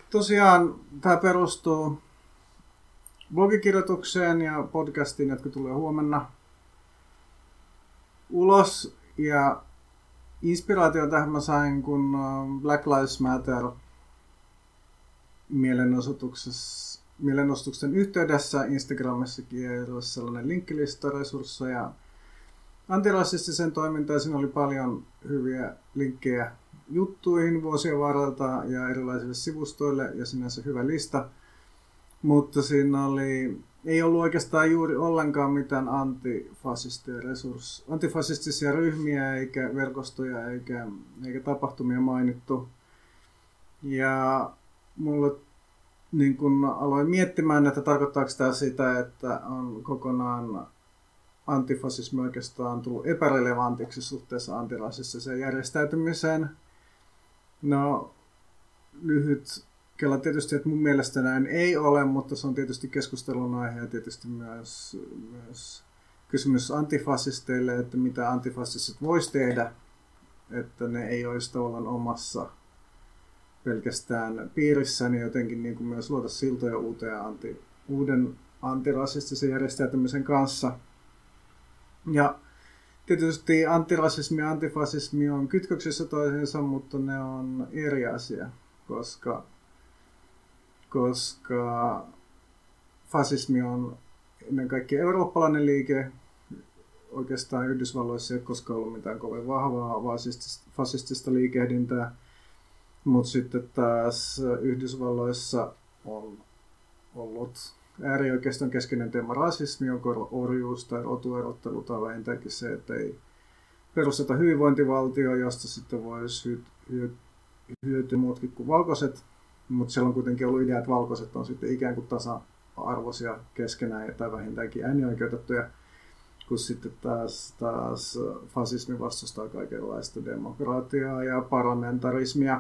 tosiaan tämä perustuu blogikirjoitukseen ja podcastiin, jotka tulee huomenna ulos. Ja inspiraatio tähän mä sain, kun Black Lives Matter mielenosoituksen yhteydessä Instagramissakin ei ole sellainen linkkilista resursseja antirasistiseen toimintaan. Siinä oli paljon hyviä linkkejä juttuihin vuosien varrelta ja erilaisille sivustoille ja sinänsä hyvä lista. Mutta siinä ei ollut oikeastaan juuri ollenkaan mitään antifasistisia ryhmiä eikä verkostoja eikä tapahtumia mainittu. Ja mulle niin kun aloin miettimään, että tarkoittaako tämä sitä, että on kokonaan antifasismi oikeastaan tullut epärelevantiksi suhteessa antirasistiseen järjestäytymiseen. No, lyhyt kela tietysti, että mun mielestä näin ei ole, mutta se on tietysti keskustelun aihe ja tietysti myös kysymys antifasisteille, että mitä antifasistit vois tehdä, että ne ei olisi tavallaan omassa pelkästään piirissä, niin jotenkin niin kuin myös luoda siltoja uuden antirasistisen järjestäytymisen kanssa. Ja tietysti antirasismi ja antifasismi on kytköksissä toisiinsa, mutta ne on eri asia, koska fasismi on ennen kaikkea eurooppalainen liike. Oikeastaan Yhdysvalloissa ei ole koskaan ollut mitään kovin vahvaa fasistista liikehdintää, mutta sitten taas Yhdysvalloissa on ollut äärioikeiston keskeinen teema rasismi, onko orjuus tai rotuerottelu tai vähintäänkin se, että ei perusteta hyvinvointivaltio, josta sitten voisi hyötyä muutkin kuin valkoiset. Mutta siellä on kuitenkin ollut idea, että valkoiset on sitten ikään kuin tasa-arvoisia keskenään tai vähintäänkin äänioikeutettuja, kun sitten taas fasismi vastustaa kaikenlaista demokratiaa ja parlamentarismia.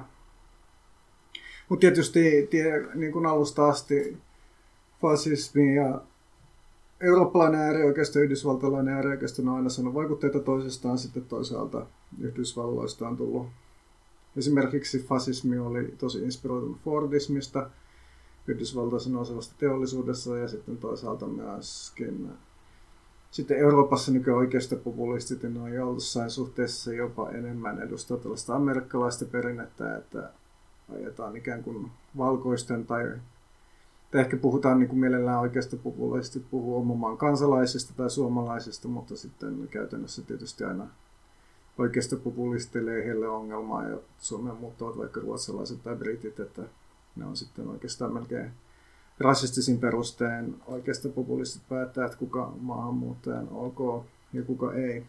Mutta tietysti niin kuin alusta asti fasismi ja eurooppalainen äärioikeisto ja yhdysvaltalainen äärioikeisto on aina saanut vaikutteita toisistaan. Sitten toisaalta Yhdysvalloista on tullut. Esimerkiksi fasismi oli tosi inspiroitunut Fordismista, Yhdysvaltaisen nousevasta teollisuudessa ja sitten toisaalta myöskin sitten Euroopassa nykyään oikeistopopulistit on jossain suhteessa jopa enemmän edustaa tällaista amerikkalaista perinnettä, että ajetaan ikään kuin valkoisten tai ehkä puhutaan niin kuin mielellään oikeistopopulistit puhuu oman maan kansalaisista tai suomalaisista, mutta sitten käytännössä tietysti aina oikeistopopulisteille ei heille ongelmaa ja Suomeen muuttavat vaikka ruotsalaiset tai britit, että ne on sitten oikeastaan melkein rasistisin perustein oikeistopopulistit päättää, että kuka maahanmuuttajan ok ja kuka ei.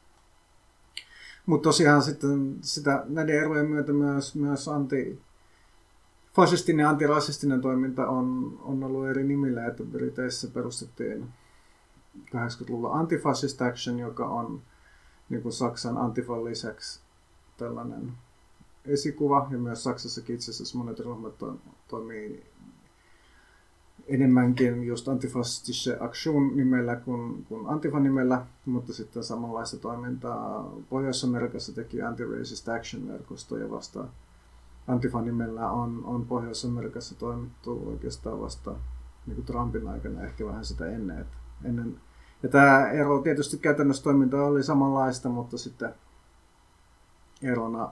Mutta tosiaan sitten näiden erojen myötä myös antifasistinen ja antirasistinen toiminta on ollut eri nimillä, että Briteissä perustettiin 80-luvulla Anti-Fascist Action, joka on niin kuin Saksan Antifan lisäksi tällainen esikuva, ja myös Saksassakin itse asiassa monet ryhmät toimii enemmänkin just Antifascistische Aktion nimellä kuin Antifan nimellä, mutta sitten samanlaista toimintaa Pohjois-Amerikassa teki Anti-Racist Action-verkosto, ja vasta Antifan nimellä on Pohjois-Amerikassa toimittu oikeastaan vasta niin kuin Trumpin aikana, ehkä vähän sitä ennen. Ja tämä ero tietysti käytännössä toiminta oli samanlaista, mutta sitten erona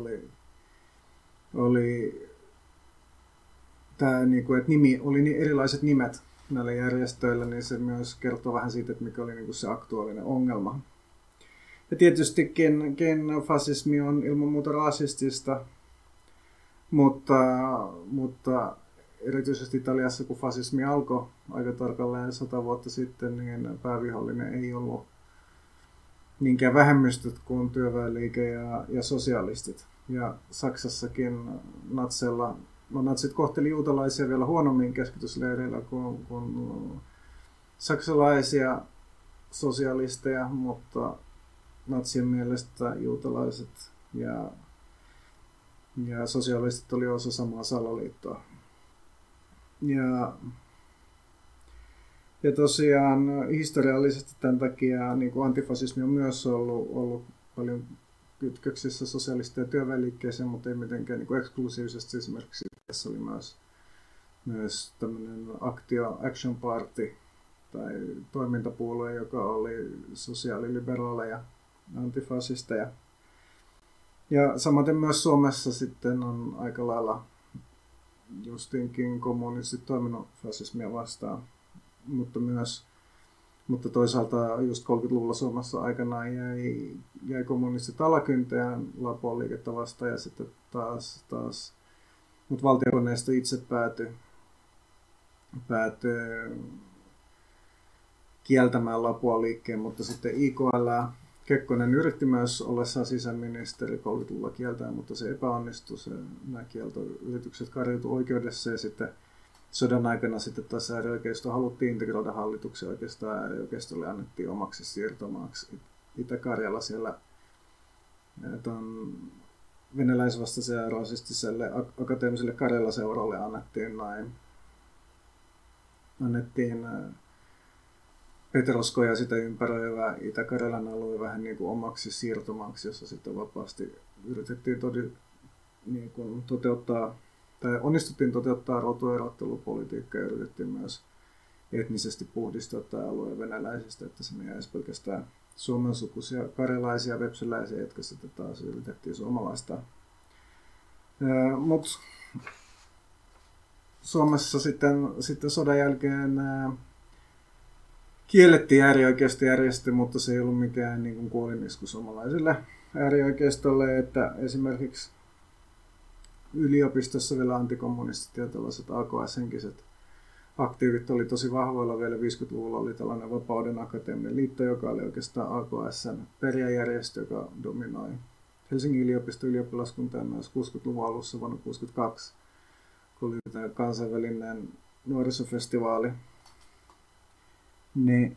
oli tämä, että oli erilaiset nimet näille järjestöille, niin se myös kertoo vähän siitä, että mikä oli niin kuin se aktuaalinen ongelma. Ja tietystikin fasismi on ilman muuta rasistista, mutta erityisesti Italiassa, kun fasismi alkoi aika tarkalleen 100 vuotta sitten, niin päävihollinen ei ollut niinkään vähemmistöt kuin työväenliike ja sosialistit. Ja Saksassakin natsit kohteli juutalaisia vielä huonommin keskitysleireillä kuin saksalaisia sosialisteja, mutta natsien mielestä juutalaiset ja sosialistit oli osa samaa salaliittoa. Ja tosiaan historiallisesti tämän takia niin kuin antifasismi on myös ollut paljon kytköksissä sosiaalisten ja työväenliikkeeseen, mutta ei mitenkään niin kuin eksklusiivisesti esimerkiksi oli myös tämmöinen Action Party tai toimintapuolue, joka oli sosiaaliliberaaleja, antifasisteja. Ja samaten myös Suomessa sitten on aika lailla justinkin kommunistit toiminut fasismia vastaan, mutta toisaalta just 30-luvulla Suomessa aikanaan jäi kommunistit alakynteen Lapon liikettä vastaan ja sitten taas mutta valtiokoneisto itse päätyi kieltämään Lapua liikkeen, mutta sitten IKL Kekkonen yritti myös ollessaan sisäministeri 30-luvulla kieltää, mutta se epäonnistui. Nämä kieltoyritykset kariutui oikeudessa ja sitten sodan aikana sitten taas äärioikeisto haluttiin integroida hallituksen. Oikeastaan äärioikeistolle annettiin omaksi siirtomaaksi Itä-Karjala siellä venäläisvastaiselle ja rasistiselle akateemiselle Karjala-seuralle annettiin Petrosko ja sitä ympäröivä Itä-Karjalan alue vähän niin kuin omaksi siirtomaaksi, jossa sitten vapaasti yritettiin niin kuin onnistuttiin toteuttaa rotuerottelupolitiikkaa ja yritettiin myös etnisesti puhdistaa tämä alue venäläisistä, että sinne jäisi pelkästään suomensukuisia karjalaisia vepseläisiä, jotka sitten taas yritettiin suomalaistaa. Mutta Suomessa sitten sodan jälkeen kiellettiin äärioikeistojärjestö, mutta se ei ollut mikään niin kuin kuolinisku suomalaiselle äärioikeistolle, että esimerkiksi yliopistossa vielä antikommunistit ja tällaiset AKS-henkiset aktiivit oli tosi vahvoilla vielä 50-luvulla. Oli tällainen Vapauden akateeminen liitto, joka oli oikeastaan AKS:n perijäjärjestö, joka dominoi Helsingin yliopiston ylioppilaskuntaa myös 60-luvun alussa vuonna 1962, kun oli tämä kansainvälinen nuorisofestivaali. Niin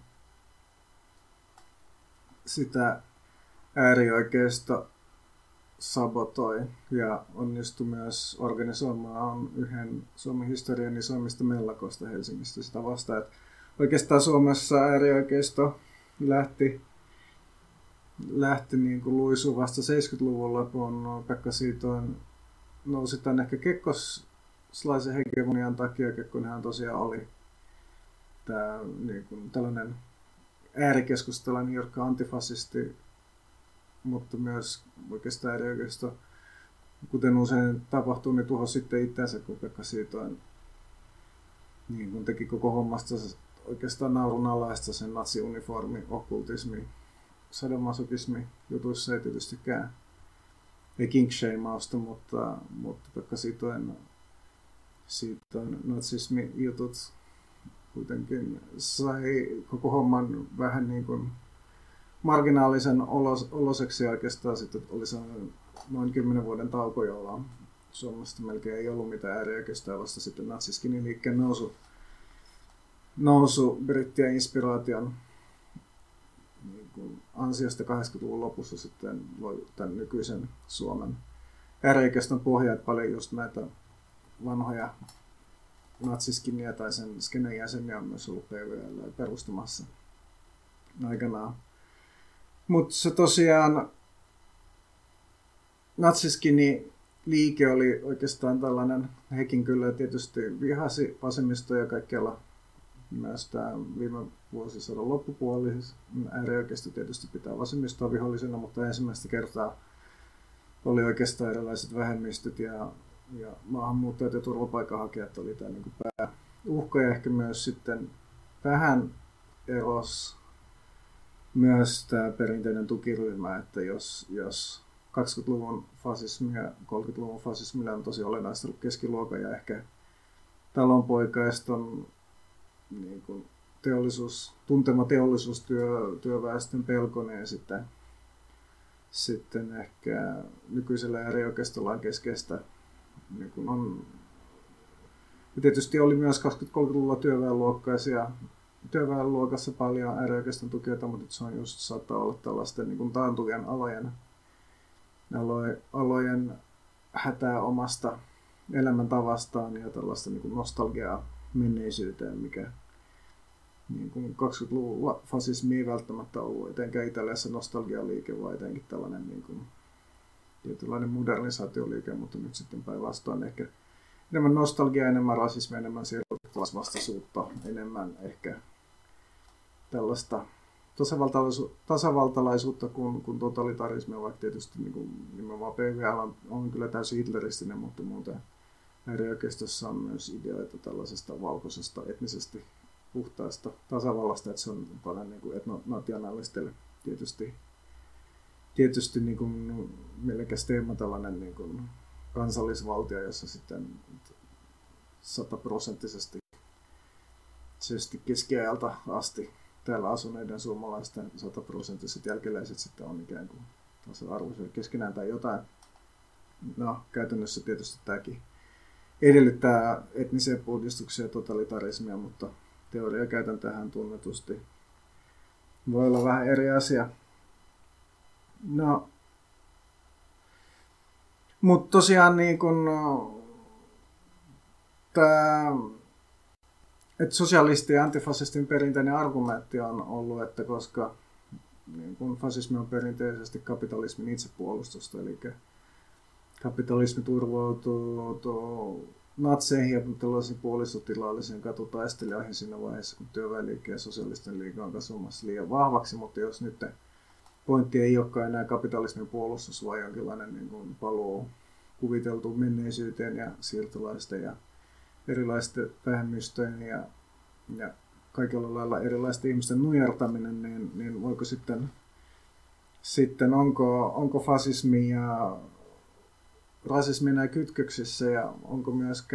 sitä äärioikeisto sabotoi ja onnistui myös organisoimaan yhden Suomen historian isoimmista mellakoista Helsingistä sitä vastaan. Että oikeastaan Suomessa äärioikeisto lähti niin kuin luisuun vasta 70-luvulla, kun Pekka Siitoin nousi tämän ehkä kekkoslaisen hegemonian takia. Kekkonenhan tosiaan oli niin kuin tällainen äärikeskustelainen jyrkkä antifasisti, mutta myös oikeastaan äärioikeisto, kuten usein tapahtuu, niin tuhosi sitten itseänsä, kun Pekka Siitoin niin kun teki koko hommasta oikeastaan naurunalaista sen natsiuniformi, okkultismi, sadomasokismi jutuissa ei tietystikään ei kinkshamausta, mutta Pekka Siitoin natsismi-jutut kuitenkin sai koko homman vähän niin kuin marginaalisen oloseksi oikeastaan sitten oli sellainen noin 10 vuoden tauko, jolla Suomesta melkein ei ollut mitään äärioikeistaa vasta sitten natsiskini-liikkeen nousu brittien inspiraation niin kuin ansiosta 80-luvun lopussa sitten loi tämän nykyisen Suomen äärioikeiston pohjat paljon just näitä vanhoja natsiskiniä tai sen skenen jäseniä on myös ollut PVL perustamassa aikanaan. Mutta se tosiaan natsiskini-liike oli oikeastaan tällainen, hekin kyllä tietysti vihasi vasemmistoa ja kaikkialla myös tämä viime vuosisadan loppupuoli. Äärioikeisto tietysti pitää vasemmistoa vihollisena, mutta ensimmäistä kertaa oli oikeastaan erilaiset vähemmistöt ja maahanmuuttajat ja turvapaikanhakijat oli tämä niin pääuhka ja ehkä myös sitten vähän eros myös tämä perinteinen tukiryhmä, että jos 20-luvun fasismi ja 30-luvun fasismilla on tosi olennaista ollut keskiluokan ja ehkä talonpoikaiston niin kuin tuntema teollisuustyöväestön pelkonen ja sitten ehkä nykyisellä äärioikeistolla on keskeistä. Niin kuin on, ja tietysti oli myös 20-30-luvulla työväenluokassa paljon äärioikeiston tukijoita, mutta se on just saattaa olla tällaisten niin kuin taantuvien alojen hätää omasta elämäntavastaan ja tällaista niin kuin nostalgiaa menneisyyteen, mikä niin kuin 20-luvulla fasismi ei välttämättä ollut etenkään Italiassa nostalgialiike, vaan etenkin tällainen niin kuin tietynlainen modernisaatioliike, mutta nyt sitten päinvastoin ehkä enemmän nostalgiaa, enemmän rasismia, enemmän siirtolaisvastaisuutta, enemmän ehkä tällaista tasavaltalaisuutta kuin totalitarismia, vaikka tietysti niin kuin, nimenomaan PVL on kyllä täysin hitleristinen, mutta muuten äärioikeistossa on myös ideoita tällaisesta valkoisesta etnisesti puhtaasta tasavallasta, että se on paljon niin kuin etnonationalistille tietysti niin kuin mielekäs teema tällainen niin kuin kansallisvaltio, jossa sitten 100% keskiajalta asti täällä asuneiden suomalaisten 100% jälkeläiset sitten on ikään kuin tasa-arvoisia keskenään tai jotain. No, käytännössä tietysti tämäkin edellyttää etnisiä puhdistuksia ja totalitarismia, mutta teoriakäytäntöhän tunnetusti voi olla vähän eri asia. No, mutta tosiaan niin kun tämä, että sosialisti ja antifasistin perinteinen argumentti on ollut, että koska niin kun fasismi on perinteisesti kapitalismin itsepuolustusta, eli kapitalismi turvautuu natseihin ja tällaisiin puolisotilaallisiin katutaistelijoihin siinä vaiheessa, kun työväenliike ja sosialisten liike on kasvamassa liian vahvaksi, mutta jos nyt pointti ei olekaan enää kapitalismin puolustus, vaan jonkinlainen niin kuin paluu kuviteltuun menneisyyteen ja siirtolaisten ja erilaisten vähemmistöjen ja kaikilla lailla erilaisten ihmisten nujertaminen, niin voiko sitten onko fasismi ja rasismi enää kytköksissä ja onko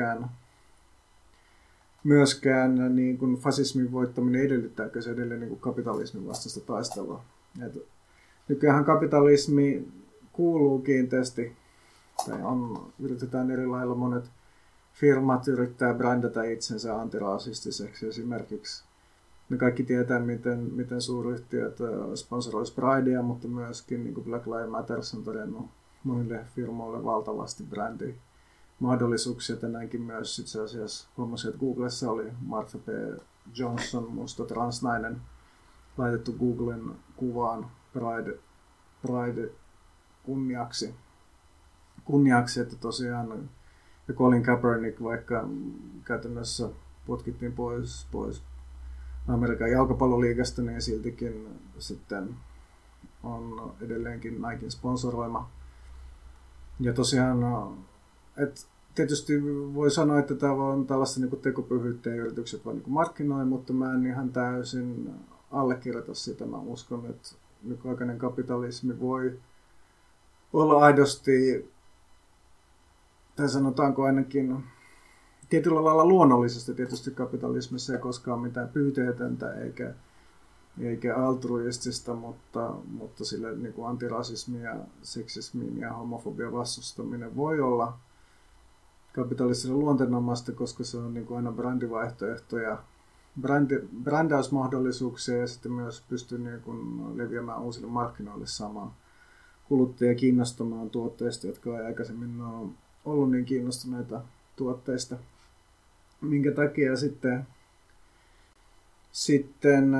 myöskään niin kuin fasismin voittaminen edellyttääkö se edelleen niin kuin kapitalismin vastaista taistelua. Nykyään kapitalismi kuuluu kiinteästi, tai yritetään eri lailla monet firmat yrittää brändätä itsensä antirasistiseksi. Esimerkiksi me kaikki tietää, miten suuryhtiöt sponsoroisivat Pridea, mutta myöskin niin kuin Black Lives Matter on todennut monille firmoille valtavasti brändimahdollisuuksia. Tänäänkin myös itse asiassa huomasin, että Googlessa oli Martha P. Johnson, musta transnainen, laitettu Googlen kuvaan Pride kunniaksi, että tosiaan ja Colin Kaepernick, vaikka käytännössä potkittiin pois Amerikan jalkapalloliigasta, niin siltikin sitten on edelleenkin Niken sponsoroima. Ja tosiaan, että tietysti voi sanoa, että tämä on tällaista niin kuin tekopyhyyttä ja yritykset vaan niin markkinoi, mutta mä en ihan täysin allekirjoita sitä. Mä uskon, että nykyaikainen kapitalismi voi olla aidosti, tai sanotaanko ainakin tietyllä lailla luonnollisesti, tietysti kapitalismissa ei koskaan mitään pyyteetöntä eikä altruistista, mutta sillä niin kuin antirasismi ja seksismin ja homofobian vastustaminen voi olla kapitalistisen luonteenomaista, koska se on niin kuin aina brändivaihtoehtoja, brändäysmahdollisuuksia ja sitten myös pystyy niin kuin leviämään uusille markkinoille samaan kuluttajia kiinnostumaan tuotteista, jotka ei aikaisemmin ole ollut niin kiinnostuneita tuotteista. Minkä takia sitten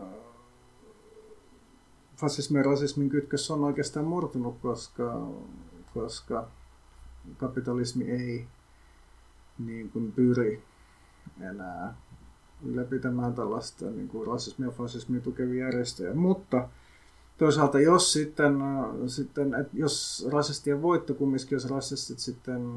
fasismin ja rasismin kytkös on oikeastaan murtunut, koska kapitalismi ei niin kuin pyri enää ylläpitämään tällaista niin kuin rasismia ja fasismia tukevia järjestöjä. Mutta toisaalta jos rasistien voitto kumminkin, jos rasistit sitten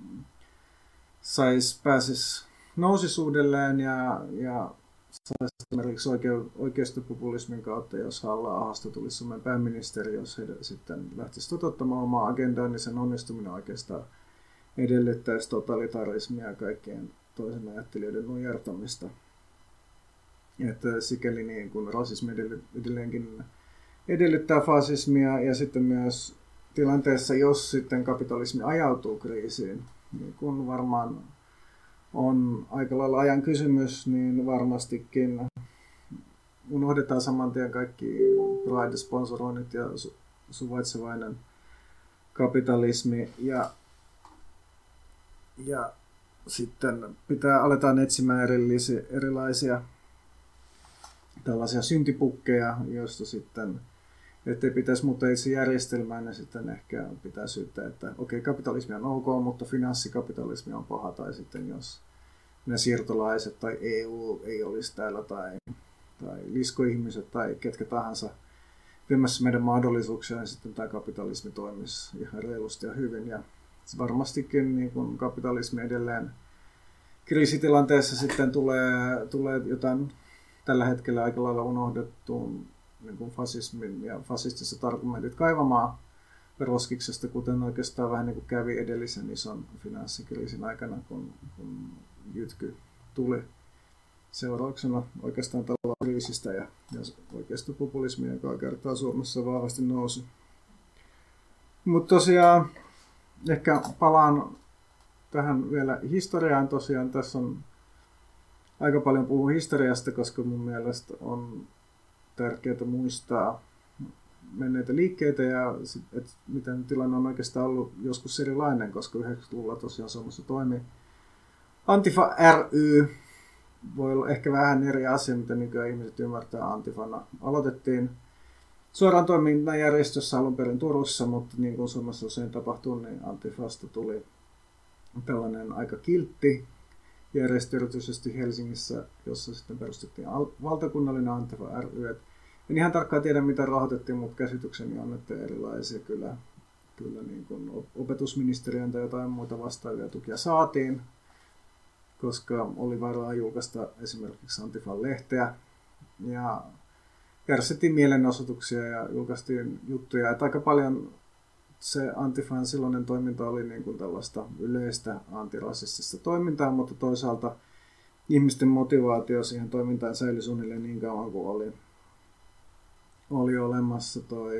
pääsis nousisuudelleen ja saisi esimerkiksi oikeistopopulismin kautta, jos Halla-ahosta tulisi Suomen pääministeri, jos he sitten lähtisi toteuttamaan omaa agendaa, niin sen onnistuminen oikeastaan edellyttäisi totalitarismia ja kaikkien toisen ajattelijoiden nujertamista. Että sikäli niin kun rasismi edelleenkin edellyttää fasismia ja sitten myös tilanteessa, jos sitten kapitalismi ajautuu kriisiin, niin kun varmaan on aika lailla ajan kysymys, niin varmastikin unohdetaan saman tien kaikki Pride-sponsoroinnit ja suvaitsevainen kapitalismi ja sitten aletaan etsimään erilaisia tällaisia syntipukkeja, joista sitten ettei pitäisi muuttaa itse järjestelmään, niin sitten ehkä pitää syyttää, että okei, kapitalismi on ok, mutta finanssikapitalismi on paha, tai sitten jos ne siirtolaiset tai EU ei olisi täällä, tai liskoihmiset tai ketkä tahansa viemässä meidän mahdollisuuksia, niin sitten tämä kapitalismi toimisi ihan reilusti ja hyvin. Ja varmastikin niin kun kapitalismi edelleen kriisitilanteessa sitten tulee jotain tällä hetkellä aika lailla unohdettuun niin kuin fasismin ja fasistiset argumentit kaivamaan roskiksesta, kuten oikeastaan vähän niin kuin kävi edellisen ison finanssikriisin aikana, kun jytky tuli seurauksena oikeastaan talouskriisistä ja oikeistopopulismia, joka kertaa Suomessa vahvasti nousi. Mutta tosiaan ehkä palaan tähän vielä historiaan. Tosiaan tässä on aika paljon puhua historiasta, koska mun mielestä on tärkeää muistaa menneitä liikkeitä ja että miten tilanne on oikeastaan ollut joskus erilainen, koska 90-luvulla tosiaan Suomessa toimi Antifa ry. Voi olla ehkä vähän eri asia, mitä nykyään ihmiset ymmärtää Antifana. Aloitettiin suoraan toiminnan järjestössä alun perin Turussa, mutta niin kuin Suomessa usein tapahtuu, niin Antifasta tuli tällainen aika kiltti järjestö erityisesti Helsingissä, jossa sitten perustettiin valtakunnallinen Antifa ry. En ihan tarkkaan tiedä, mitä rahoitettiin, mutta käsitykseni on, että erilaisia kyllä niin kuin opetusministeriön tai jotain muita vastaavia tukia saatiin, koska oli varaa julkaista esimerkiksi Antifan lehteä ja järjestettiin mielenosoituksia ja julkaistiin juttuja. Että aika paljon se Antifan silloinen toiminta oli niin kuin tällaista yleistä antirasistista toimintaa, mutta toisaalta ihmisten motivaatio siihen toimintaan säilyi suunnilleen niin kauan kuin oli olemassa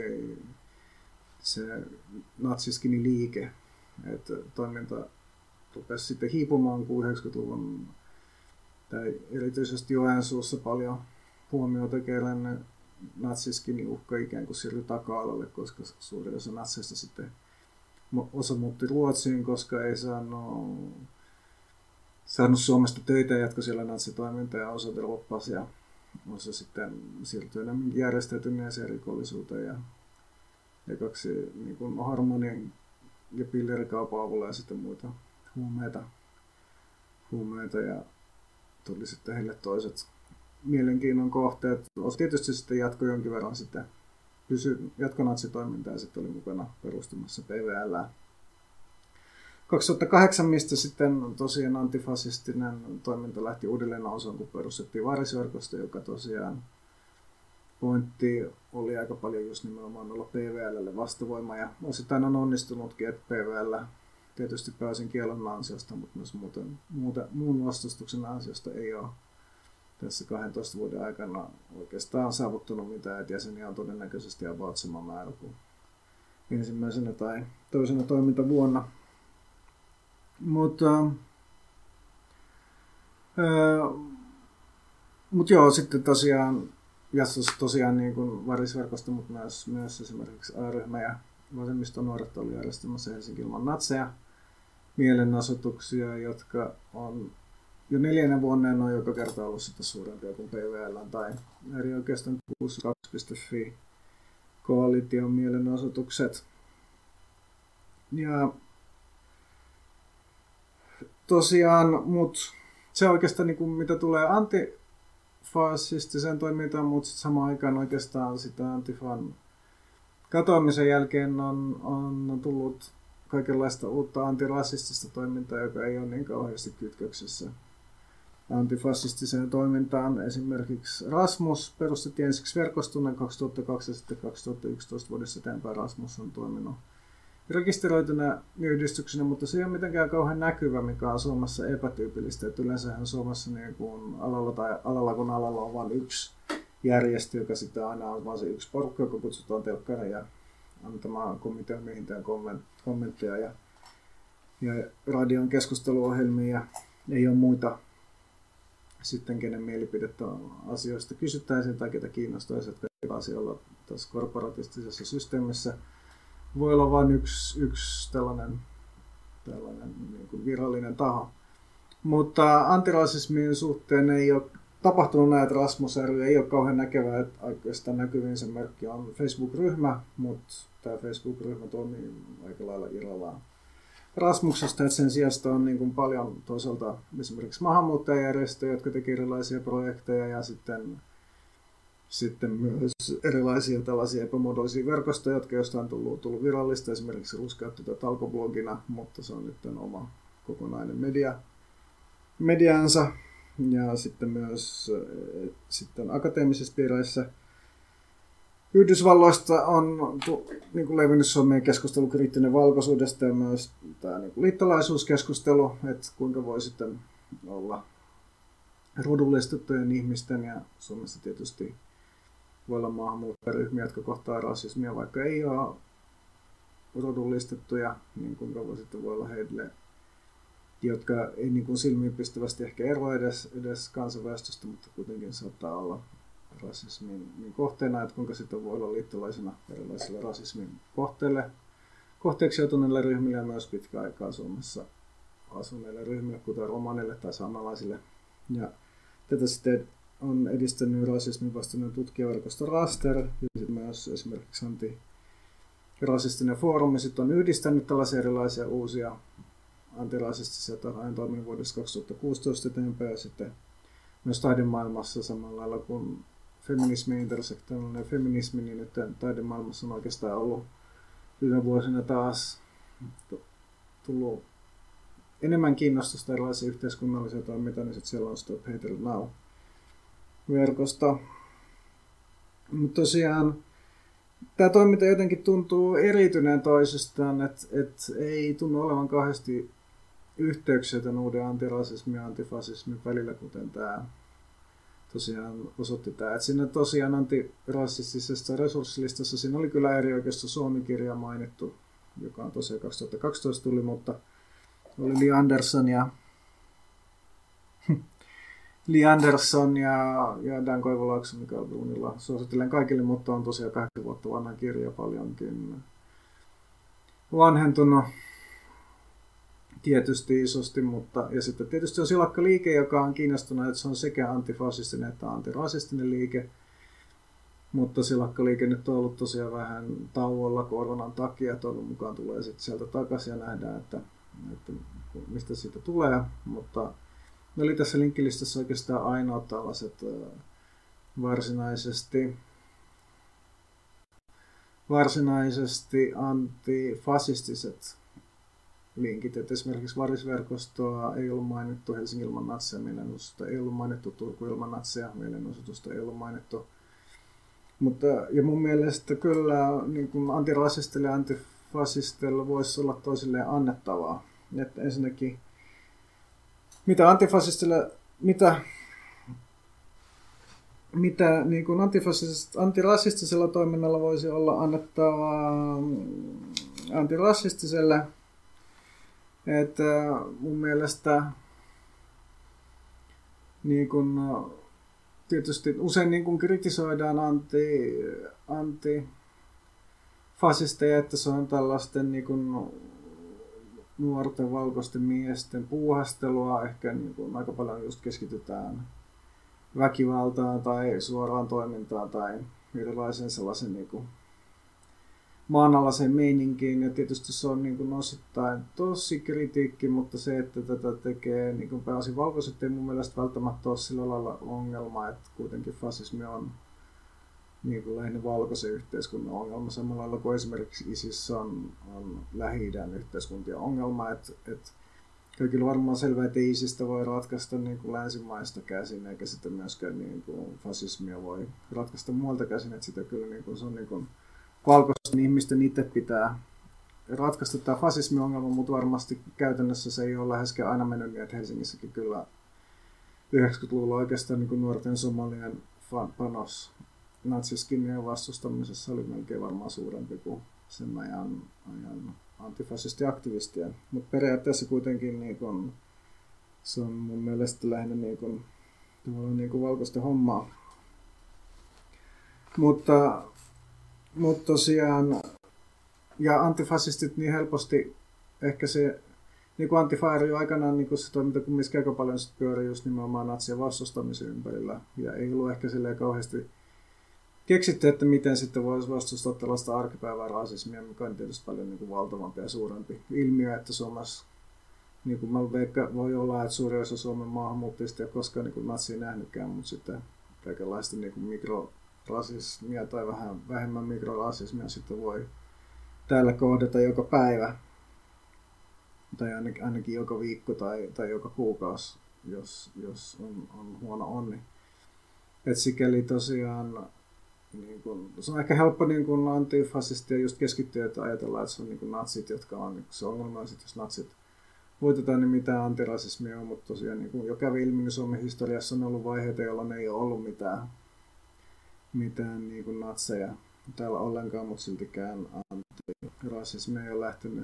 se natsiskini-liike, että toiminta rupesi sitten hiipumaan, kun 90-luvun tai erityisesti Joensuussa paljon huomiota kerännyt natsiskini-uhka ikään kuin siirtyi taka-alalle, koska suurin osa natseista sitten osa muutti Ruotsiin, koska ei saanut Suomesta töitä ja jatkoi siellä natsitoimintaa ja osa droppasi ja osa sitten siirtyi enemmän järjestäytyneeseen rikollisuuteen ja ekaksi niin kuin harmonin ja pillerikaupan avulla ja sitten muita huumeita ja tuli sitten heille toiset mielenkiinnon kohteet. Tietysti sitten jatkoi jonkin verran sitten jatkonatsitoimintaa ja sitten oli mukana perustamassa PVL. 2008, mistä sitten tosiaan antifasistinen toiminta lähti uudelleen nousuun, kun perustettiin Varisverkosto, joka tosiaan pointti oli aika paljon just nimenomaan olla PVLlle vastavoima ja osittain on onnistunutkin, että PVL tietysti pääsin kielon ansiosta, mutta myös muun vastustuksen ansiosta ei ole tässä 12 vuoden aikana oikeastaan saavuttanut mitään, että jäseniä on todennäköisesti about sama määrä kuin ensimmäisenä tai toisena toimintavuonna. Mutta joo, sitten tosiaan niin kuin Varisverkosto, mutta myös esimerkiksi A-ryhmä ja vasemmistonuoret oli järjestämässä Helsinki ilman natseja mielenosoituksia, jotka on jo 4. vuonna on joka kerta ollut sitä suurempia kuin PVL tai äärioikeiston 62.fi koalition mielenosoitukset. Ja tosiaan, se oikeastaan niin kuin, mitä tulee antifasistiseen toimintaan, mutta samaan aikaan oikeastaan sitä Antifan katoamisen jälkeen on tullut kaikenlaista uutta antirasistista toimintaa, joka ei ole niin kauheasti kytköksessä antifasistiseen toimintaan. Esimerkiksi Rasmus perustettiin ensiksi verkostona 2002 ja sitten 2011 vuodessa eteenpäin Rasmus on toiminut rekisteröitynä yhdistyksenä, mutta se ei ole mitenkään kauhean näkyvä, mikä on Suomessa epätyypillistä. Että yleensähän Suomessa niin kuin alalla kun alalla on vain yksi järjestö, joka sitten aina on vain se yksi porukka, joka kutsutaan telkkariin ja antamaan komitean miehintään kommentteja ja radion keskusteluohjelmia ja ei ole muita sitten kenen mielipidettä asioista kysyttäisiin tai ketä kiinnostaisi, että asioilla tässä korporatistisessa systeemissä voi olla vain yksi tällainen niin kuin virallinen taho. Mutta antirasismin suhteen ei ole tapahtunut näitä rasmusärjyjä. Ei ole kauhean näkevää, että oikeastaan näkyvin se merkki on Facebook-ryhmä, mutta tämä Facebook-ryhmä toimii aika lailla irrallaan Rasmuksesta, että sen sijasta on niin kuin paljon toisaalta esimerkiksi maahanmuuttajajärjestöjä, jotka tekevät erilaisia projekteja ja sitten myös erilaisia tällaisia epämuodollisia verkostoja, jotka jostain tullut virallista. Esimerkiksi Rus käytti tätä alkoblogina, mutta se on nyt oma kokonainen mediansa. Ja sitten myös sitten akateemisissa piireissä Yhdysvalloista on niin kuin levinnyt Suomeen keskustelu kriittinen valkoisuudesta ja myös tämä niin kuin liittolaisuuskeskustelu, että kuinka voi sitten olla rodullistettujen ihmisten ja Suomessa tietysti voi olla maahanmuuttajaryhmiä, jotka kohtaa rasismia, vaikka ei ole rodullistettuja, niin kuinka voi olla heille, jotka ei niin kuin silmiinpistävästi ehkä eroa edes kansanväestöstä, mutta kuitenkin saattaa olla rasismin kohteena, että kuinka sitten voi olla liittolaisena erilaisille rasismin kohteeksi joutuneille ryhmille ja myös pitkään aikaa Suomessa asuneille ryhmille, kuten romaneille tai saamelaisille. Ja tätä sitten on edistänyt rasismin vastainen tutkijaverkosto Raster ja myös esimerkiksi antirasistinen foorumi sitten on yhdistänyt tällaisia erilaisia uusia antirasistisia tahoja toiminut vuodesta 2016 eteenpäin ja sitten myös taidemaailmassa samalla lailla kuin feminismi, intersektionaalinen feminismi, niin nyt taidemaailmassa on oikeastaan ollut viime vuosina taas tullut enemmän kiinnostusta erilaisia yhteiskunnallisia toimintoja, niin sitten siellä on Stop Hatred Now-verkosto. Mutta tosiaan tämä toiminta jotenkin tuntuu erityneen toisestaan, että ei tunnu olevan kahdesti yhteyksiä tämän uuden antirasismin ja antifasismin välillä, kuten tämä tosiaan osoitti tämä. Että siinä tosiaan antirasistisessa resurssilistassa siinä oli kyllä äärioikeisto Suomi-kirja mainittu, joka on tosiaan 2012 tuli, mutta oli Li Andersson ja Dan Koivulaakso, mikä on duunilla. Suosittelen kaikille, mutta on tosiaan 8 vuotta vanha kirja, paljonkin vanhentunut tietysti isosti, mutta ja sitten tietysti on Silakka-liike, joka on kiinnostunut, että se on sekä antifasistinen että antirasistinen liike, mutta Silakka-liike nyt on ollut tosiaan vähän tauolla koronan takia, toivon mukaan tulee sitten sieltä takaisin ja nähdään, että mistä siitä tulee, mutta ne oli tässä linkkilistassa oikeastaan ainoat tällaiset varsinaisesti antifasistiset linkit. Et esimerkiksi Varisverkostoa ei ollut mainittu, Helsingin ilman natseja mielenosoitusta ei ollut mainittu, Turku ilman natseja mielenosoitusta ei ollut mainittu. Mutta, ja mun mielestä kyllä niin kuin antirasistille ja antifasistille voisi olla toisilleen annettavaa. Että ensinnäkin mitä antifasistille, mitä niin kuin antirasistisella toiminnalla voisi olla annettavaa antirasistiselle, että mun mielestä niin kuin, tietysti usein niin kuin kritisoidaan antifasisteja, että se on tällaisten niin kuin nuorten valkoisten miesten puuhastelua, ehkä niin kuin aika paljon just keskitytään väkivaltaan tai suoraan toimintaan tai erilaisen sellaisen niin kuin maanalaisen meininkiin. Ja tietysti se on niin kuin osittain tosi kritiikki, mutta se, että tätä tekee niin kuin pääosin valkoiset, ei mun mielestä välttämättä ole sillä lailla ongelma, että kuitenkin fasismi on niin kuin lähinnä valkoisen yhteiskunnan ongelma, samalla lailla kuin esimerkiksi ISIS on Lähi-idän yhteiskuntien ongelma, että kaikilla on varmaan selvää, että ISISistä voi ratkaista niin kuin länsimaista käsin, eikä sitä myöskään niin kuin fasismia voi ratkaista muualta käsin, että sitä kyllä niin kuin, se on niin kuin valkoisten ihmisten itse pitää ratkaista tämä fasismi-ongelma, mutta varmasti käytännössä se ei ole läheskään aina mennyt niin, että Helsingissäkin kyllä 90-luvulla oikeastaan niin kuin nuorten somalien panos natsiskinien vastustamisessa oli melkein varmaan suurempi kuin sen ajan antifasistiaktivistien. Mutta periaatteessa kuitenkin niin kun, se on mun mielestä lähinnä niin kun valkoista hommaa. Mutta tosiaan, ja antifasistit niin helposti, ehkä se niin kuin Antifa ry aikanaan niin se toiminta kumminkin aika paljon pyörii just nimenomaan natsien vastustamisen ympärillä. Ja ei ollut ehkä silleen kauheasti keksitty, että miten sitten voisi vastustaa tällaista arkipäivää rasismia, mikä on tietysti paljon niin kuin valtavampi ja suurempi ilmiö, että Suomessa, niin kuin mä voi olla, että suuri osa Suomen maahanmuuttajista ei ole koskaan niin kuin natsia nähnytkään, mutta sitten kaikenlaista niin kuin mikrorasismia tai vähän vähemmän mikrorasismia sitten voi täällä kohdata joka päivä tai ainakin joka viikko tai joka kuukausi, jos on huono onni. Et sikäli tosiaan niin kun, se on ehkä helppo niin kun antifasistia just keskittyä, että ajatellaan, että se on niin kun natsit, jotka on niin se ongelma, että jos natsit voitetaan, niin mitään antirasismia on, mutta tosiaan niin kun jo kävi ilmi, niin Suomen historiassa on ollut vaiheita, jolloin ei ole ollut mitään niin kun natseja täällä ollenkaan, mutta siltikään antirasismi ei ole lähtenyt,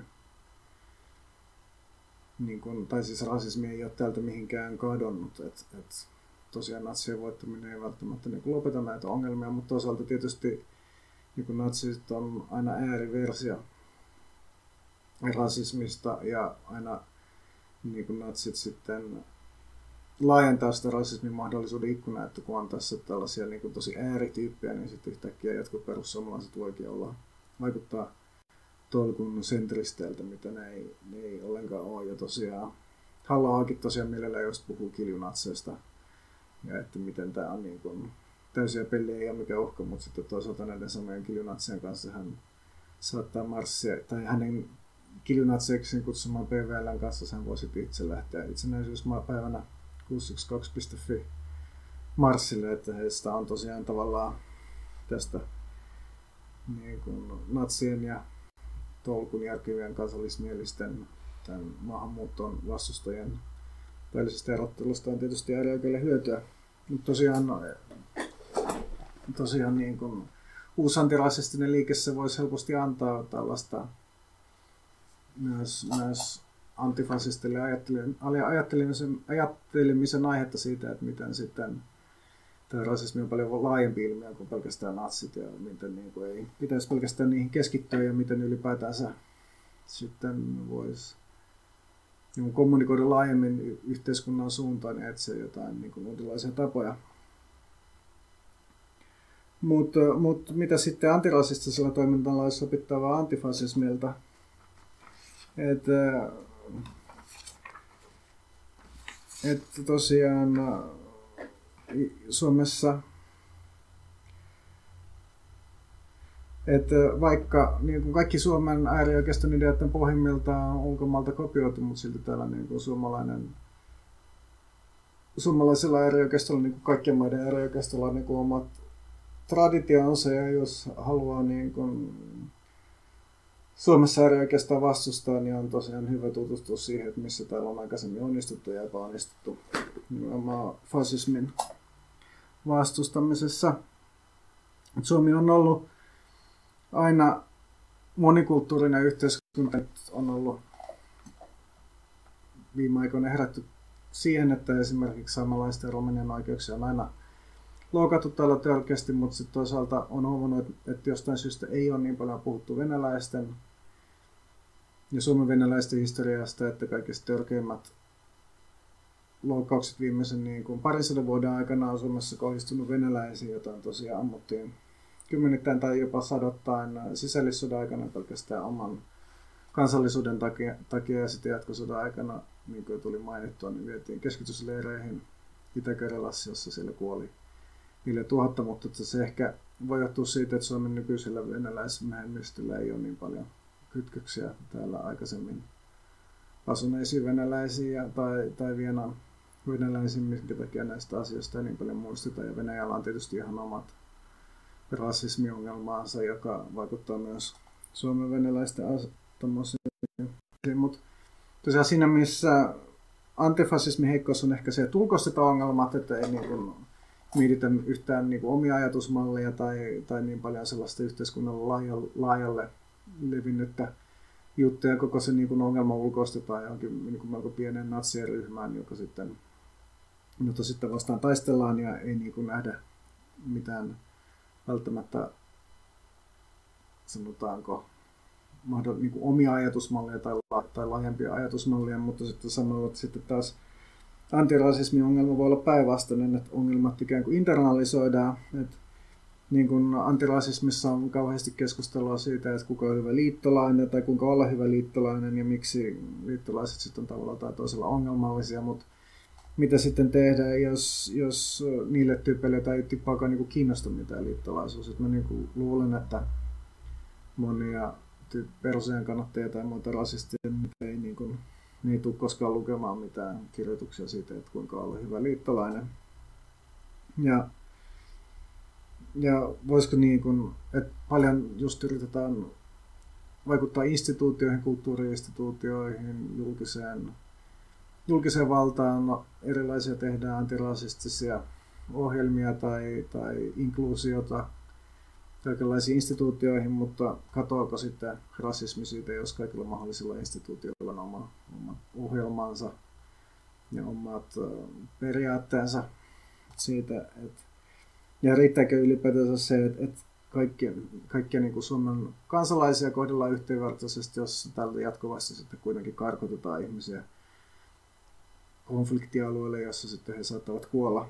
niin kun, tai siis rasismi ei ole täältä mihinkään kadonnut. Tosiaan natsien voittaminen ei välttämättä niin lopeta näitä ongelmia, mutta toisaalta tietysti niin natsit on aina ääriversio rasismista ja aina niin natsit sitten laajentaa sitä rasismin mahdollisuuden ikkunaa, että kun on tässä tällaisia niin tosi äärityyppejä, niin sitten yhtäkkiä jotkut perussuomalaiset voikin vaikuttaa tolkun sentristeiltä, mitä ne ei ollenkaan ole. Ja tosiaan Halla-ahokin tosiaan mielellään just puhuu kiljunatseista. Ja että miten tämä on niin kuin täysiä pelejä ei ole mikään uhka, mutta sitten toisaalta näiden samojen kiljunatsien kanssa hän saattaa marssia, tai hänen kiljunatseiksi kutsumaan PVL:n kanssa hän voisi itse lähteä itsenäisyyspäivänä 612.fi marssille, että heistä on tosiaan tavallaan tästä niin kuin natsien ja tolkun järkevien kansallismielisten tämän maahanmuuton vastustajien välisestä erottelusta on tietysti äärioikeille hyötyä. Mutta tosiaan niin kuin uusantirasistinen liike se voisi helposti antaa tällaista myös antifasistille ajattelemisen aihetta siitä, että miten sitten tämä rasismi on paljon laajempi ilmiö kuin pelkästään natsit ja miten niin kuin ei pitäisi pelkästään niihin keskittyä ja miten ylipäätänsä sitten voisi niin kommunikoida laajemmin yhteiskunnan suuntaan ja etsiä jotain niin kuin uudenlaisia tapoja. Mutta mitä sitten antirasistisella toimintalla olisi opittavaa antifasismilta? Että tosiaan Suomessa, että vaikka niin kuin kaikki Suomen äärioikeiston ideoiden pohjimmiltaan on ulkomailta kopioitu, mutta silti täällä niin kuin suomalaisella äärioikeistolla, niin kuin kaikkien maiden äärioikeistolla on niin kuin omat traditionsa, ja jos haluaa niin kuin Suomessa äärioikeiston vastustaa, niin on tosiaan hyvä tutustua siihen, että missä täällä on aikaisemmin onnistuttu ja epäonnistuttu nimenomaan fasismin vastustamisessa. Suomi on ollut aina monikulttuurinen yhteiskunta, on ollut viime aikoina herätty siihen, että esimerkiksi saamelaisten ja romanien oikeuksia on aina loukattu täällä törkeästi, mutta sitten toisaalta on huomannut, että jostain syystä ei ole niin paljon puhuttu venäläisten ja suomen venäläisten historiasta, että kaikista törkeimmät loukkaukset viimeisen niin kuin parisadan vuoden aikana on Suomessa kohdistunut venäläisiin, jotain tosiaan ammuttiin kymmenittäin tai jopa sadottain sisällissodan aikana pelkästään oman kansallisuuden takia ja sitten jatkosodan aikana, niin kuin tuli mainittua, niin vietiin keskitysleireihin Itä-Karjalassa, jossa siellä kuoli 4000, mutta se ehkä voi johtua siitä, että Suomen nykyisellä venäläisvähemmistöllä ei ole niin paljon kytköksiä täällä aikaisemmin asuneisiin venäläisiin tai Vienan venäläisiin, minkä takia näistä asioista ei niin paljon muisteta. Ja Venäjällä on tietysti ihan omat rasismiongelmaansa, joka vaikuttaa myös Suomen venäläisten asettamiseen. Mutta tosiaan siinä, missä antifasismin heikkous on ehkä se, että ulkoistetaan ongelmat, että ei niin kuin mietitä yhtään niin kuin omia ajatusmalleja tai niin paljon sellaista yhteiskunnan laajalle levinnyttä juttuja. Koko se niin kuin ongelma ulkoistetaan johonkin niin kuin melko pienen natsien ryhmään, jota sitten vastaan taistellaan ja ei niin kuin nähdä mitään välttämättä, sanotaanko, niin kuin omia ajatusmalleja tai laajempia ajatusmalleja, mutta sitten samalla sitten taas antirasismin ongelma voi olla päinvastainen, että ongelmat ikään kuin internalisoidaan. Että niin kuin antirasismissa on kauheasti keskustelua siitä, että kuka on hyvä liittolainen tai kuinka olla hyvä liittolainen ja miksi liittolaiset sitten on tavallaan tai toisella ongelmallisia, mutta mitä sitten tehdään, jos niille tyypeille tai tippaakaan niin kiinnosta mitään liittolaisuus. Että mä niin kuin luulen, että monia peruseen kannattajia tai muita rasisteja ei, niin kuin, ne ei tule koskaan lukemaan mitään kirjoituksia siitä, että kuinka olla hyvä liittolainen. Ja voisiko niin kuin, että paljon just yritetään vaikuttaa instituutioihin, kulttuuri-instituutioihin, julkiseen valtaan, no, erilaisia tehdään antirasistisia ohjelmia tai inkluusiota kaikenlaisiin instituutioihin, mutta katoako sitten rasismi siitä, jos kaikilla mahdollisilla instituutioilla on oma ohjelmansa ja omat periaatteensa siitä, ja riittääkö ylipäätänsä se, että kaikkia niin kuin Suomen kansalaisia kohdellaan yhdenvertaisesti, jos tältä jatkuvasti sitten kuitenkin karkotetaan ihmisiä konfliktialueelle, jossa sitten he saattavat kuolla.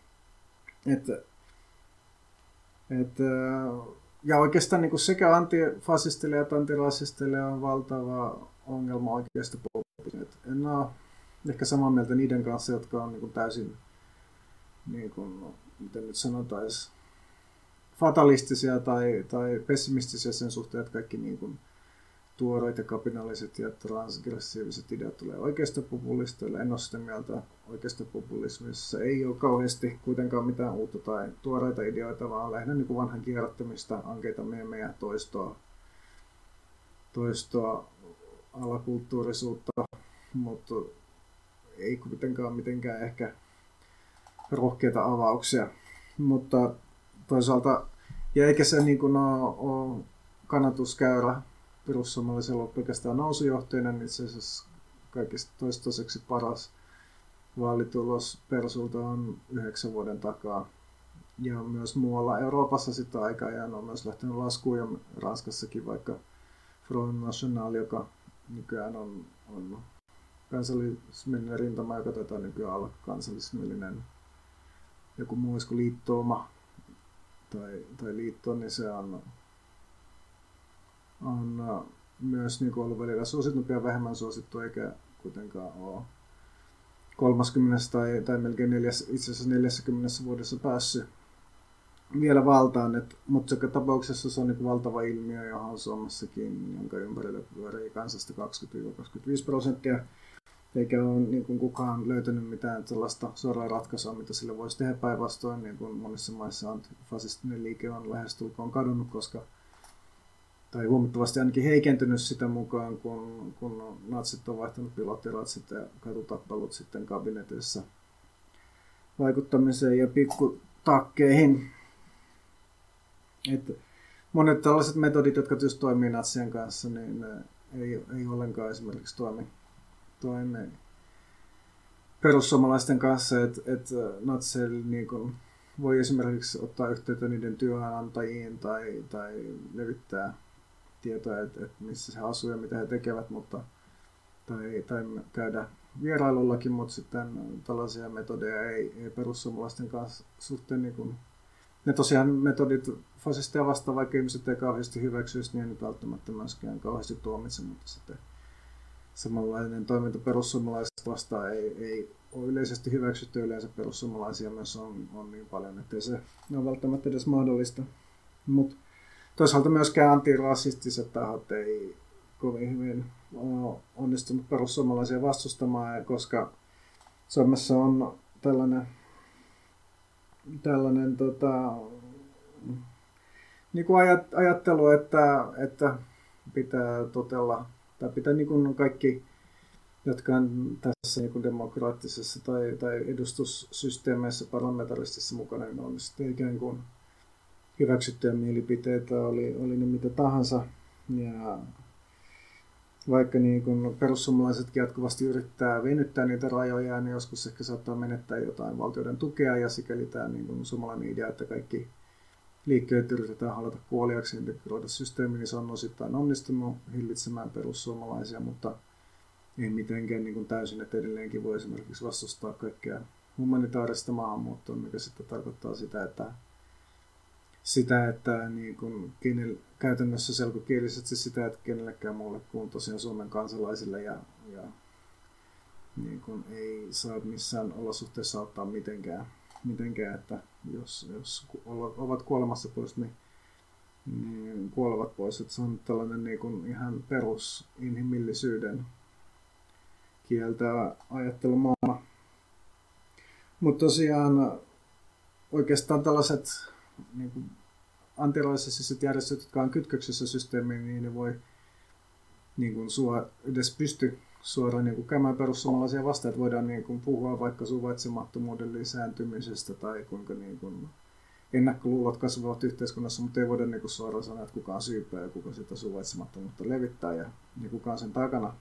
Ja oikeastaan niin kuin sekä antifasistille että antirasistille on valtava ongelma oikeasta populismista. En ole ehkä samaa mieltä niiden kanssa, jotka on niin kuin täysin, niin kuin, miten nyt sanotaan, fatalistisia tai pessimistisiä sen suhteen, että kaikki niin kuin tuoreet ja kapinalliset ja transgressiiviset ideat tulee oikeasta populisteille. En ole sitä mieltä oikeasta populismissa. Ei ole kauheasti kuitenkaan mitään uutta tai tuoreita ideoita, vaan lähinnä niin kuin vanhan kierrättämistä, ankeita meemejä, toistoa alakulttuurisuutta, mutta ei kuitenkaan mitenkään ehkä rohkeita avauksia. Mutta toisaalta, ja eikä se niin kuin ole kannatuskäyrä perussuomalaisella on pelkästään nousujohteinen, niin itse asiassa kaikista toistaiseksi paras vaalitulos Persulta on 9 vuoden takaa. Ja myös muualla Euroopassa sitä aika-ajan on myös lähtenyt laskuun ja Ranskassakin vaikka Front National, joka nykyään on kansallismielinen rintama, joka taitaa nykyään olla kansallismielinen joku muu kuin liittouma tai liitto, niin se on myös niin kuin ollut välillä suositumpi ja vähemmän suosittu, eikä kuitenkaan ole 30 tai melkein itse asiassa 40 vuodessa päässyt vielä valtaan. Mutta joka tapauksessa se on niin kuin valtava ilmiö, johon on Suomessakin, jonka ympärillä pyörii kansasta 20-25%, eikä ole niin kuin kukaan löytänyt mitään sellaista suoraa ratkaisua, mitä sille voisi tehdä päinvastoin, niin kuin monissa maissa antifasistinen liike on lähestulkoon kadonnut, tai huomattavasti ainakin heikentynyt sitä mukaan, kun natsit on vaihtanut pilottiratsit ja katutappelut sitten kabineteissa vaikuttamiseen ja pikkutakkeihin. Monet tällaiset metodit, jotka just toimii natsien kanssa, niin ei ollenkaan esimerkiksi toimi perussuomalaisten kanssa, että natseille niin kun voi esimerkiksi ottaa yhteyttä niiden työnantajiin tai levittää tietoa, että missä he asuu ja mitä he tekevät, tai käydä vierailullakin, mutta sitten tällaisia metodeja ei perussuomalaisten kanssa suhteen. Niin kun, ne tosiaan metodit fasisteja vastaan, vaikka ihmiset ei kauheasti hyväksyisi, niin ei nyt välttämättä myöskään kauheasti tuomitse, mutta sitten samanlainen toiminta perussuomalaisista vastaan ei ole yleisesti hyväksytty. Yleensä perussuomalaisia myös on niin paljon, ettei se ole välttämättä edes mahdollista. Mut toisaalta myöskään antirasistiset tahot ei kovin hyvin ole onnistunut perussuomalaisia vastustamaan, koska Suomessa on tällainen niin kuin ajattelu, että pitää totella, tai pitää niin kuin kaikki, jotka on tässä niin kuin demokraattisessa tai edustussysteemeissä parlamentaristisessa mukana, niin on sitten ikään kuin hyväksyttyjä mielipiteitä, oli ne mitä tahansa. Ja vaikka niin kun perussuomalaisetkin jatkuvasti yrittää venyttää niitä rajoja, niin joskus ehkä saattaa menettää jotain valtioiden tukea, ja sikäli tämä niin kun suomalainen idea, että liikkeet yritetään halata kuoliaksi integroida systeemiin, niin se on osittain onnistunut hillitsemään perussuomalaisia, mutta ei mitenkään niin kuin täysin, että edelleenkin voi esimerkiksi vastustaa kaikkea humanitaarista maahanmuuttoa, mikä sitten tarkoittaa sitä, että niin kuin käytännössä selkokielisesti sitä, että kenellekään muulle kuin tosiaan Suomen kansalaisille ja niin kuin ei saa missään olosuhteessa auttaa mitenkään, että jos ovat kuolemassa pois, niin kuolevat pois. Että se on tällainen niin kuin ihan perusinhimillisyyden kieltävä ajattelumaailma. Mutta tosiaan oikeastaan tällaiset niin kuin antirasistiset järjestöt, jotka on kytköksessä systeemiin, niin ne voi niin kuin edes pysty suoraan niin kuin käymään perussuomalaisia vastaan, että voidaan niin kuin puhua vaikka suvaitsemattomuuden lisääntymisestä tai kuinka niin kuin ennakkoluulot kasvavat yhteiskunnassa, mutta ei voida niin kuin suoraan sanoa, että kuka on syypää ja kuka sitä suvaitsemattomuutta levittää ja kuka on sen takana.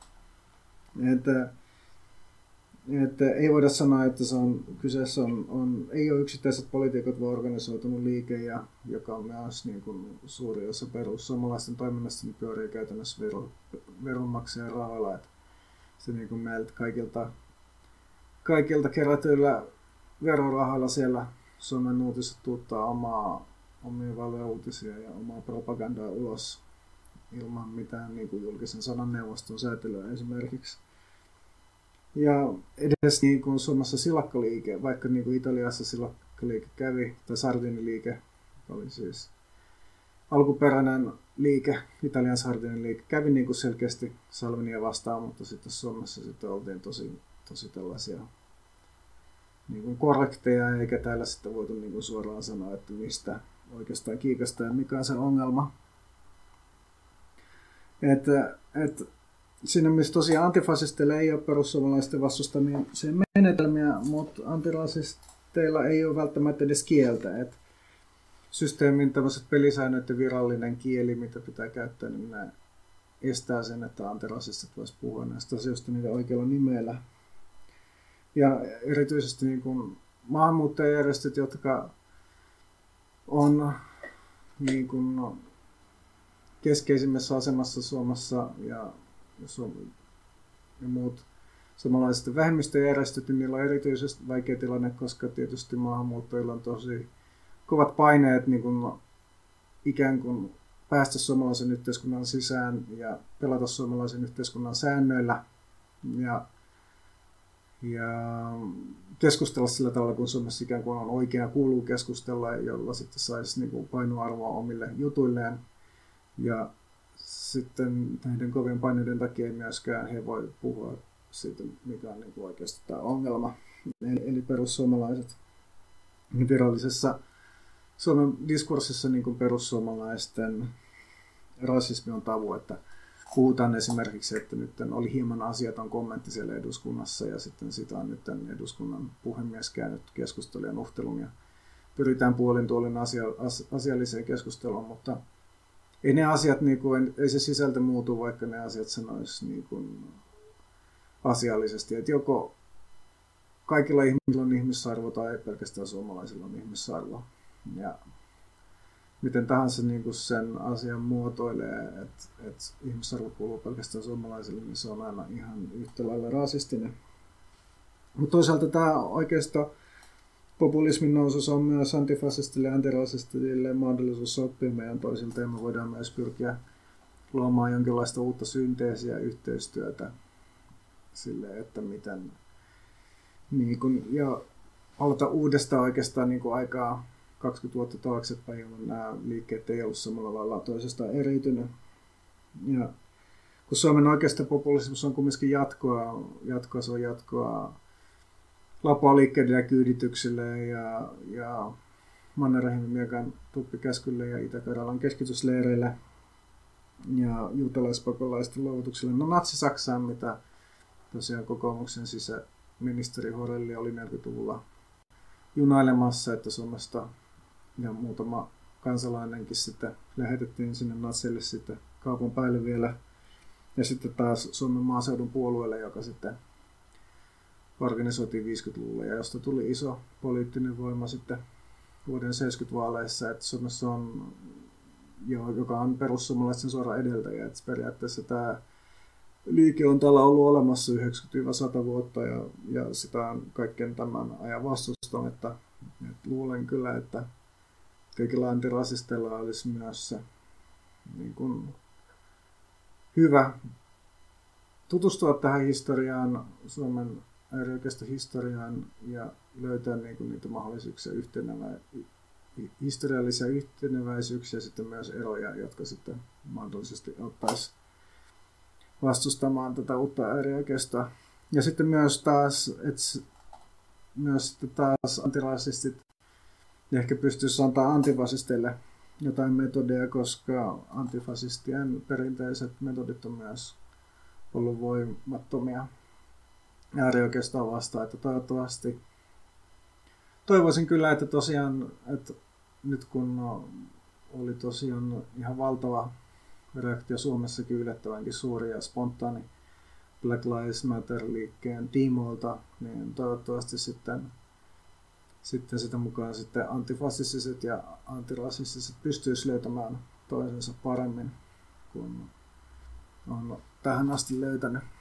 Että ei voida sanoa, että kyseessä ei ole yksittäiset poliitikot, vaan organisoitunut liike, joka on myös niin kuin suuri osa perussuomalaisten toiminnasta, niin pyörii käytännössä veronmaksajan rahoilla. Että se niin kuin meiltä kaikilta kerätyillä verorahoilla siellä Suomen uutiset tuuttaa omia valeuutisia ja omaa propagandaa ulos ilman mitään niin kuin julkisen sanan neuvoston säätelyä esimerkiksi. Ja edes niin kuin Suomessa silakkaliike, vaikka niin kuin Italiassa silakkaliike kävi, tai sardiniliike oli siis alkuperäinen liike, Italian sardiniliike, kävi niin kuin selkeästi Salvinia vastaan, mutta sitten Suomessa sitten oltiin tosi tällaisia niin kuin korrekteja, eikä täällä sitten voitu niin kuin suoraan sanoa, että mistä oikeastaan kiikasta ja mikä on se ongelma. Siinä missä tosiaan antifasisteilla ei ole perussuomalaisten vastustamia sen menetelmiä, mutta antirasisteilla ei ole välttämättä edes kieltä. Et systeemin tämmöiset pelisäännöt ja virallinen kieli, mitä pitää käyttää, niin nämä estää sen, että antirasistit voisivat puhua näistä asioista niiden oikealla nimellä. Ja erityisesti niin kuin maahanmuuttajajärjestöt, jotka on niin kuin keskeisimmässä asemassa Suomessa ja muut samanlaiset vähemmistöjärjestöt, niin niillä on erityisesti vaikea tilanne, koska tietysti maahanmuuttajilla on tosi kovat paineet niin kuin ikään kuin päästä suomalaisen yhteiskunnan sisään ja pelata suomalaisen yhteiskunnan säännöillä ja keskustella sillä tavalla, kun Suomessa ikään kuin on oikein kuuluu keskustella, jolla sitten saisi niin kuin painoarvoa omille jutuilleen. Ja sitten näiden kovien paineiden takia ei myöskään he voi puhua siitä, mikä on niin kuin oikeasti tämä ongelma. Eli perussuomalaiset virallisessa Suomen diskurssissa niin kuin perussuomalaisten rasismi on tabu, että puhutaan esimerkiksi, että nyt oli hieman asiaton kommentti siellä eduskunnassa ja sitten sitä on nyt eduskunnan puhemies käynyt keskustelun ja nuhtelun ja pyritään puolin tuolin asialliseen keskusteluun, mutta ei ne asiat, niin kuin, ei se sisältö muutu, vaikka ne asiat sanoisi niin kuin asiallisesti, että joko kaikilla ihmisillä on ihmisarvo tai ei pelkästään suomalaisilla on ihmisarvo. Ja miten tahansa niin kuin sen asian muotoilee, että ihmisarvo kuuluu pelkästään suomalaisille, niin se on aina ihan yhtä lailla rasistinen. Mutta toisaalta tämä oikeastaan populismin nousu on myös antifasistille ja antirasistille mahdollisuus oppia meidän toisilta, ja me voidaan myös pyrkiä luomaan jonkinlaista uutta synteesiä ja yhteistyötä sille, että miten niin kun, ja aloita uudestaan oikeastaan niin aikaa 20 vuotta taaksepäin, jolloin nämä liikkeet ei ollut samalla lailla toisestaan eriytynyt. Ja kun Suomen oikeasta populismus on kumminkin jatkoa Lapualiikkeiden ja kyydityksille ja Mannerheimin miekan tuppikäskylle ja Itä-Karjalan keskitysleireille ja juutalaispakolaisten luovutuksille. No natsi-Saksaan, mitä tosiaan kokoomuksen sisäministeri Horelli oli 40-luvulla junailemassa, että Suomesta ja muutama kansalainenkin sitten lähetettiin sinne natseille sitten kaupan päälle vielä. Ja sitten taas Suomen maaseudun puolueelle, joka sitten organisoitiin 50-luvulla ja josta tuli iso poliittinen voima sitten vuoden 70-vaaleissa, että Suomessa on, joka on perussuomalaisten suora edeltäjä, että periaatteessa tämä liike on täällä ollut olemassa 90-100 vuotta ja sitä on kaiken tämän ajan vastustanut, että luulen kyllä, että kaikilla antirasisteilla olisi myös se niin kuin hyvä tutustua tähän historiaan, Suomen äärioikeistohistoriaan ja löytää niin kuin niitä mahdollisuuksia historiallisia yhteneväisyyksiä ja sitten myös eroja, jotka sitten mahdollisesti auttaisi vastustamaan tätä uutta äärioikeistoa. Ja sitten myös taas antirasistit ehkä pystyisi antaa antifasisteille jotain metodeja, koska antifasistien perinteiset metodit on myös ollut voimattomia äärioikeistoa vastaan, että toivoisin kyllä, että tosiaan, että nyt kun oli tosiaan ihan valtava reaktio Suomessakin yllättävänkin suuri ja spontaani Black Lives Matter-liikkeen tiimoilta, niin toivottavasti sitten sitä mukaan sitten antifasistiset ja antirasistiset pystyisi löytämään toisensa paremmin kuin on tähän asti löytänyt.